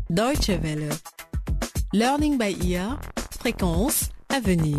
Deutsche Welle. Learning by ear. Fréquence à venir.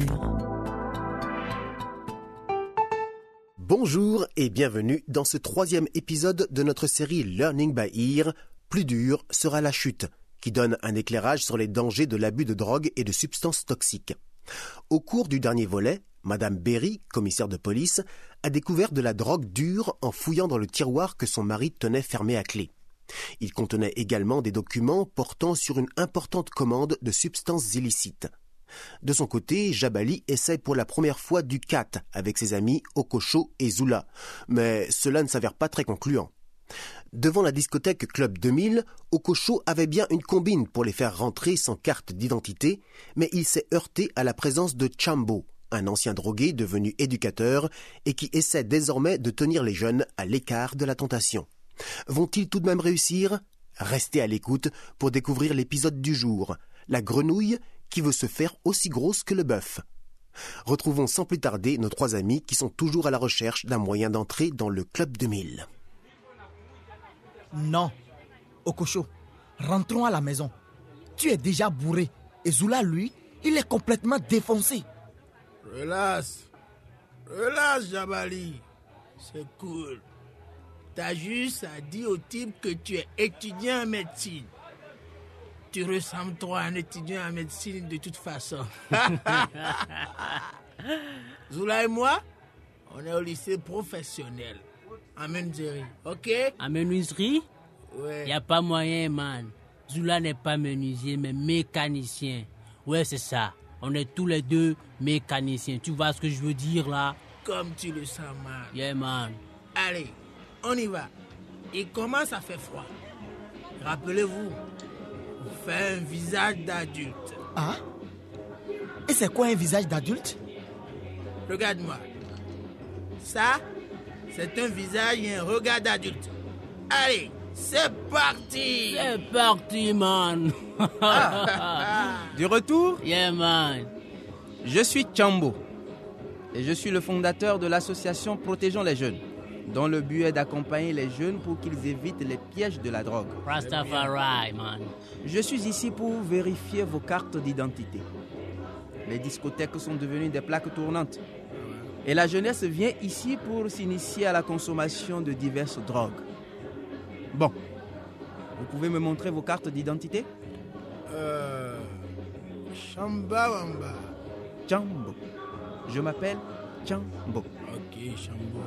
Bonjour et bienvenue dans ce 3e épisode de notre série Learning by Ear. Plus dur sera la chute, qui donne un éclairage sur les dangers de l'abus de drogue et de substances toxiques. Au cours du dernier volet, Madame Berry, commissaire de police, a découvert de la drogue dure en fouillant dans le tiroir que son mari tenait fermé à clé. Il contenait également des documents portant sur une importante commande de substances illicites. De son côté, Jabali essaie pour la première fois du cat avec ses amis Okocho et Zula, mais cela ne s'avère pas très concluant. Devant la discothèque Club 2000, Okocho avait bien une combine pour les faire rentrer sans carte d'identité, mais il s'est heurté à la présence de Chambo, un ancien drogué devenu éducateur et qui essaie désormais de tenir les jeunes à l'écart de la tentation. Vont-ils tout de même réussir ? Restez à l'écoute pour découvrir l'épisode du jour, la grenouille qui veut se faire aussi grosse que le bœuf. Retrouvons sans plus tarder nos 3 amis qui sont toujours à la recherche d'un moyen d'entrer dans le Club 2000. Non, Okocho, rentrons à la maison. Tu es déjà bourré et Zula, lui, il est complètement défoncé. Relax, Jabali, c'est cool. T'as juste à dire au type que tu es étudiant en médecine. Tu ressembles trop à un étudiant en médecine de toute façon. Zula et moi, on est au lycée professionnel, en menuiserie, ok? En menuiserie? Ouais. Y a pas moyen, man. Zula n'est pas menuisier, mais mécanicien. Ouais, c'est ça. On est tous les deux mécaniciens. Tu vois ce que je veux dire, là? Comme tu le sens, man. Yeah, man. Allez, on y va. Il commence à faire froid. Rappelez-vous, vous faites un visage d'adulte. Ah? Et c'est quoi un visage d'adulte? Regarde-moi. Ça, c'est un visage et un regard d'adulte. Allez, c'est parti! C'est parti, man. Du retour, Yeah, man. je suis Chambo et je suis le fondateur de l'association Protégeons les jeunes, dont le but est d'accompagner les jeunes pour qu'ils évitent les pièges de la drogue. Rastafari, man. Je suis ici pour vérifier vos cartes d'identité. Les discothèques sont devenues des plaques tournantes et la jeunesse vient ici pour s'initier à la consommation de diverses drogues. Bon, vous pouvez me montrer vos cartes d'identité? Chamba Wamba. Chambo. Je m'appelle Chambo. Ok, Chambo.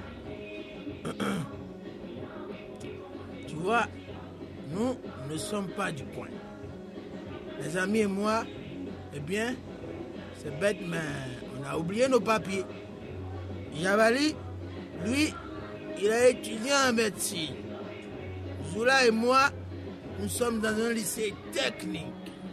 Tu vois, nous ne sommes pas du coin. Les amis et moi, eh bien, c'est bête, mais on a oublié nos papiers. Javali, lui, il a étudié en médecine. Zula et moi, nous sommes dans un lycée technique.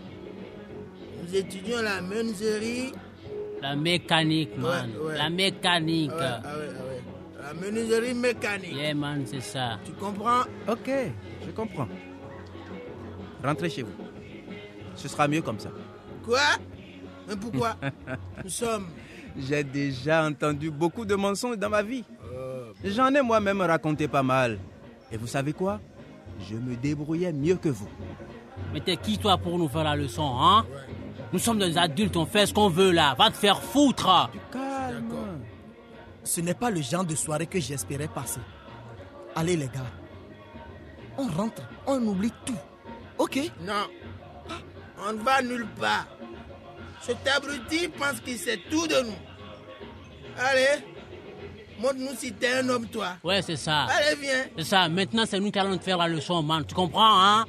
Nous étudions la menuiserie. La mécanique, man. Ouais. La mécanique. Ouais. La menuiserie mécanique. Yeah, man, c'est ça. Tu comprends? Ok, je comprends. Rentrez chez vous. Ce sera mieux comme ça. Quoi? Mais pourquoi? Nous sommes... J'ai déjà entendu beaucoup de mensonges dans ma vie. J'en ai moi-même raconté pas mal. Et vous savez quoi? Je me débrouillais mieux que vous. Mais t'es qui, toi, pour nous faire la leçon, hein? Nous sommes des adultes, on fait ce qu'on veut, là. Va te faire foutre. Calme. Ce n'est pas le genre de soirée que j'espérais passer. Allez les gars, on rentre, on oublie tout, ok? Non, on ne va nulle part. Cet abruti pense qu'il sait tout de nous. Allez, montre-nous si t'es un homme, toi. Ouais, c'est ça. Allez, viens. C'est ça. Maintenant, c'est nous qui allons te faire la leçon, man. Tu comprends, hein?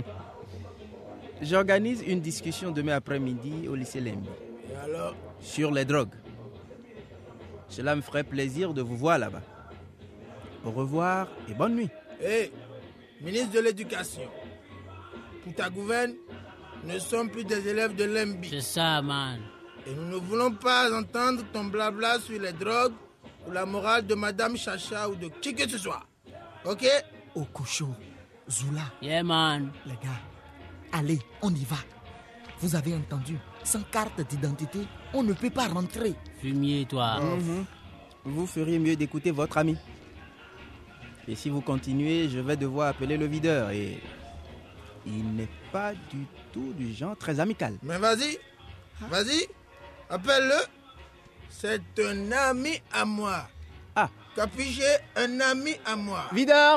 J'organise une discussion demain après-midi au lycée Lembi Et alors? sur les drogues. Cela me ferait plaisir de vous voir là-bas. Au revoir et bonne nuit. Hé, ministre de l'Éducation, pour ta gouverne, nous ne sommes plus des élèves de l'EMBI. C'est ça, man. Et nous ne voulons pas entendre ton blabla sur les drogues ou la morale de Madame Chacha ou de qui que ce soit. Ok? Okocho, Zula, Yeah, man. les gars, allez, on y va. Vous avez entendu, sans carte d'identité, on ne peut pas rentrer. Fumier, toi. Vous feriez mieux d'écouter votre ami. Et si vous continuez, je vais devoir appeler le videur et il n'est pas du tout du genre très amical. Mais vas-y, appelle-le. C'est un ami à moi. Ah. Capiché, un ami à moi. Videur,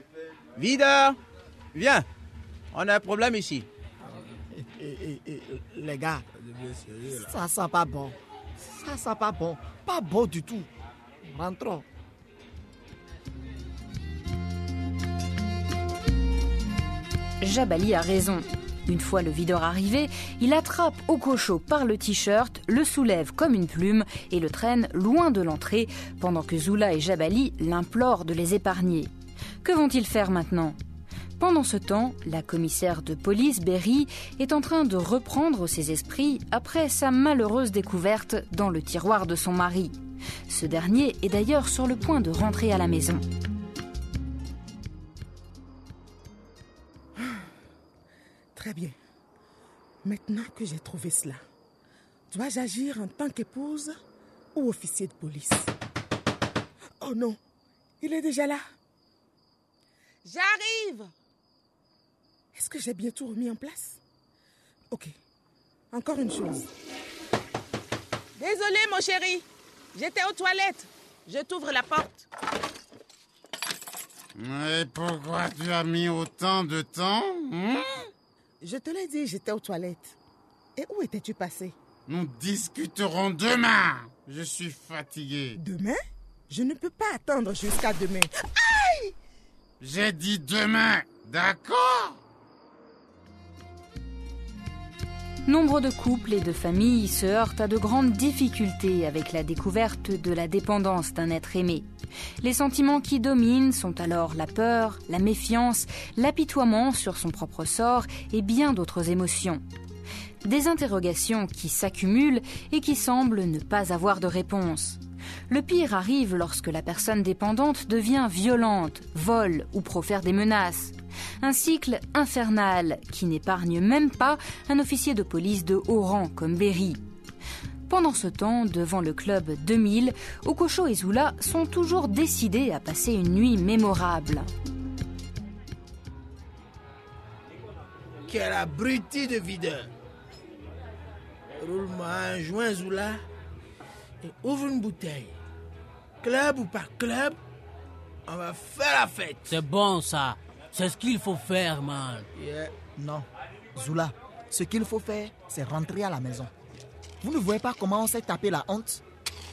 viens. On a un problème ici. Les gars, ça sent pas bon. Pas bon du tout. Rentrons. Jabali a raison. Une fois le videur arrivé, il attrape Okocho par le t-shirt, le soulève comme une plume et le traîne loin de l'entrée, pendant que Zula et Jabali l'implorent de les épargner. Que vont-ils faire maintenant ? Pendant ce temps, la commissaire de police, Berry, est en train de reprendre ses esprits après sa malheureuse découverte dans le tiroir de son mari. Ce dernier est d'ailleurs sur le point de rentrer à la maison. Très bien. Maintenant que j'ai trouvé cela, dois-je agir en tant qu'épouse ou officier de police? Oh non, il est déjà là. J'arrive! Est-ce que j'ai bien tout remis en place? Ok. Encore une chose. Désolé, mon chéri. J'étais aux toilettes. Je t'ouvre la porte. Mais pourquoi tu as mis autant de temps? Je te l'ai dit, j'étais aux toilettes. Et où étais-tu passé? Nous discuterons demain. Je suis fatigué. Demain? Je ne peux pas attendre jusqu'à demain. Aïe! J'ai dit demain, d'accord? Nombre de couples et de familles se heurtent à de grandes difficultés avec la découverte de la dépendance d'un être aimé. Les sentiments qui dominent sont alors la peur, la méfiance, l'apitoiement sur son propre sort et bien d'autres émotions. Des interrogations qui s'accumulent et qui semblent ne pas avoir de réponse. Le pire arrive lorsque la personne dépendante devient violente, vole ou profère des menaces. Un cycle infernal qui n'épargne même pas un officier de police de haut rang comme Berry. Pendant ce temps, devant le club 2000, Okocho et Zula sont toujours décidés à passer une nuit mémorable. Quel abruti de videur. Roule-moi un joint, Zula, et ouvre une bouteille. Club ou pas club, on va faire la fête. C'est bon ça. C'est ce qu'il faut faire, man. Yeah. Non, Zula, ce qu'il faut faire, c'est rentrer à la maison. Vous ne voyez pas comment on s'est tapé la honte?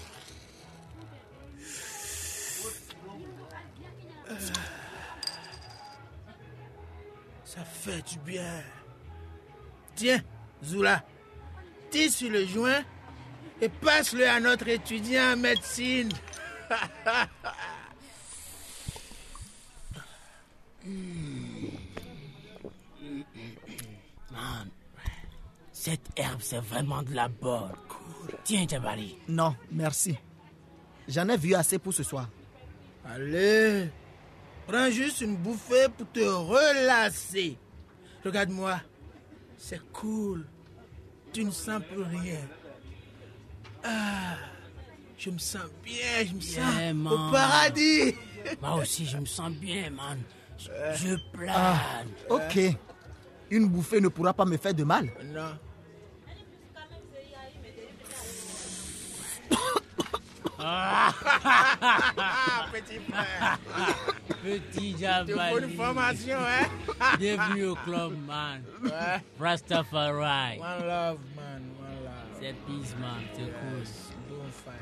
Ça fait du bien. Tiens, Zula, tire sur le joint et passe-le à notre étudiant en médecine. Man, cette herbe, c'est vraiment de la bonne. Cool. Tiens, Jabali. Non, merci. J'en ai vu assez pour ce soir. Allez, prends juste une bouffée pour te relâcher. Regarde-moi, c'est cool. Tu ne sens plus rien. Ah, je me sens bien, je me sens au paradis. Moi aussi, je me sens bien, man. Je plane. Ok. Une bouffée ne pourra pas me faire de mal. Non. Petit frère. Petit Tu Jabali. veux une formation, hein? Bienvenue au club, man. Ouais. Rastafari. One love, man. One love. C'est peace, man. C'est cool. Don't fire.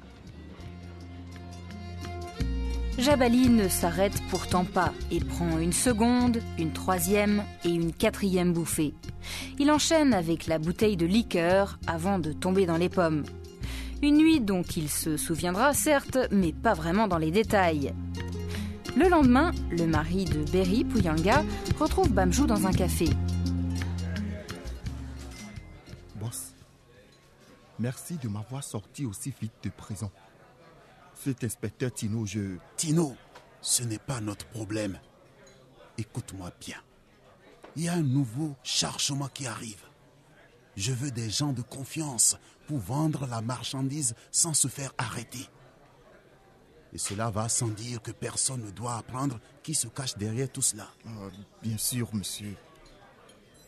Jabali ne s'arrête pourtant pas et prend une seconde, une troisième et une quatrième bouffée. Il enchaîne avec la bouteille de liqueur avant de tomber dans les pommes. Une nuit dont il se souviendra certes, mais pas vraiment dans les détails. Le lendemain, le mari de Berry, Puyanga, retrouve Bamjou dans un café. Boss, merci de m'avoir sorti aussi vite de prison. Cet inspecteur Tino, Tino, ce n'est pas notre problème. Écoute-moi bien. Il y a un nouveau chargement qui arrive. Je veux des gens de confiance pour vendre la marchandise sans se faire arrêter. Et cela va sans dire que personne ne doit apprendre qui se cache derrière tout cela. Bien sûr, monsieur.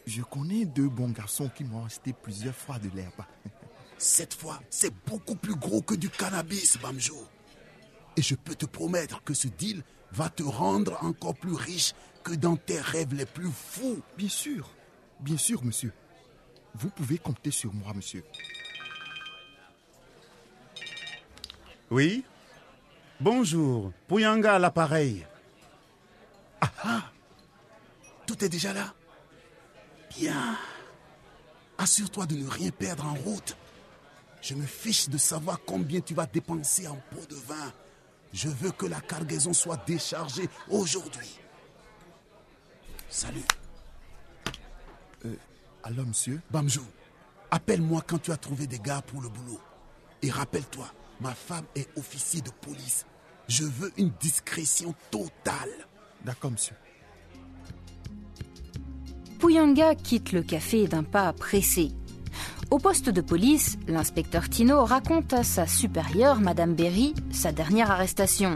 Je connais 2 bons garçons qui m'ont acheté plusieurs fois de l'herbe. Cette fois, c'est beaucoup plus gros que du cannabis, Bamjo. Et je peux te promettre que ce deal va te rendre encore plus riche que dans tes rêves les plus fous. Bien sûr, monsieur. Vous pouvez compter sur moi, monsieur. Oui? Bonjour, Pouyanga à l'appareil. Ah! Tout est déjà là? Bien. Assure-toi de ne rien perdre en route. Je me fiche de savoir combien tu vas dépenser en pot de vin. Je veux que la cargaison soit déchargée aujourd'hui. Salut. Alors, monsieur? Bamjou, appelle-moi quand tu as trouvé des gars pour le boulot. Et rappelle-toi, ma femme est officier de police. Je veux une discrétion totale. D'accord, monsieur. Pouyanga quitte le café d'un pas pressé. Au poste de police, l'inspecteur Tino raconte à sa supérieure, Madame Berry, sa dernière arrestation.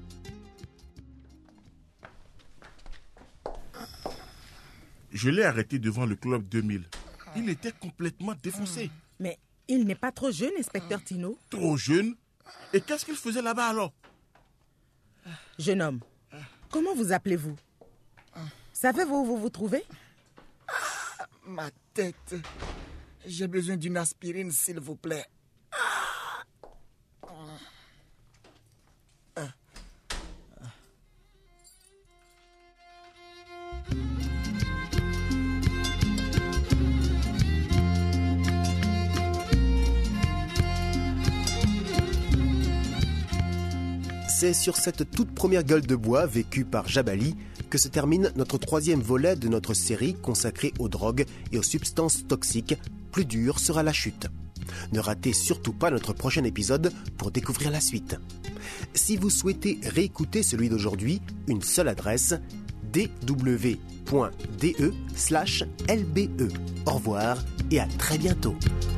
Je l'ai arrêté devant le club 2000. Il était complètement défoncé. Mais il n'est pas trop jeune, inspecteur Tino. Trop jeune? Et qu'est-ce qu'il faisait là-bas alors? Jeune homme, comment vous appelez-vous? Savez-vous où vous vous trouvez? Ma tête. J'ai besoin d'une aspirine, s'il vous plaît. C'est sur cette toute première gueule de bois vécue par Jabali que se termine notre 3e volet de notre série consacrée aux drogues et aux substances toxiques. Plus dure sera la chute. Ne ratez surtout pas notre prochain épisode pour découvrir la suite. Si vous souhaitez réécouter celui d'aujourd'hui, une seule adresse, dw.de/lbe. Au revoir et à très bientôt.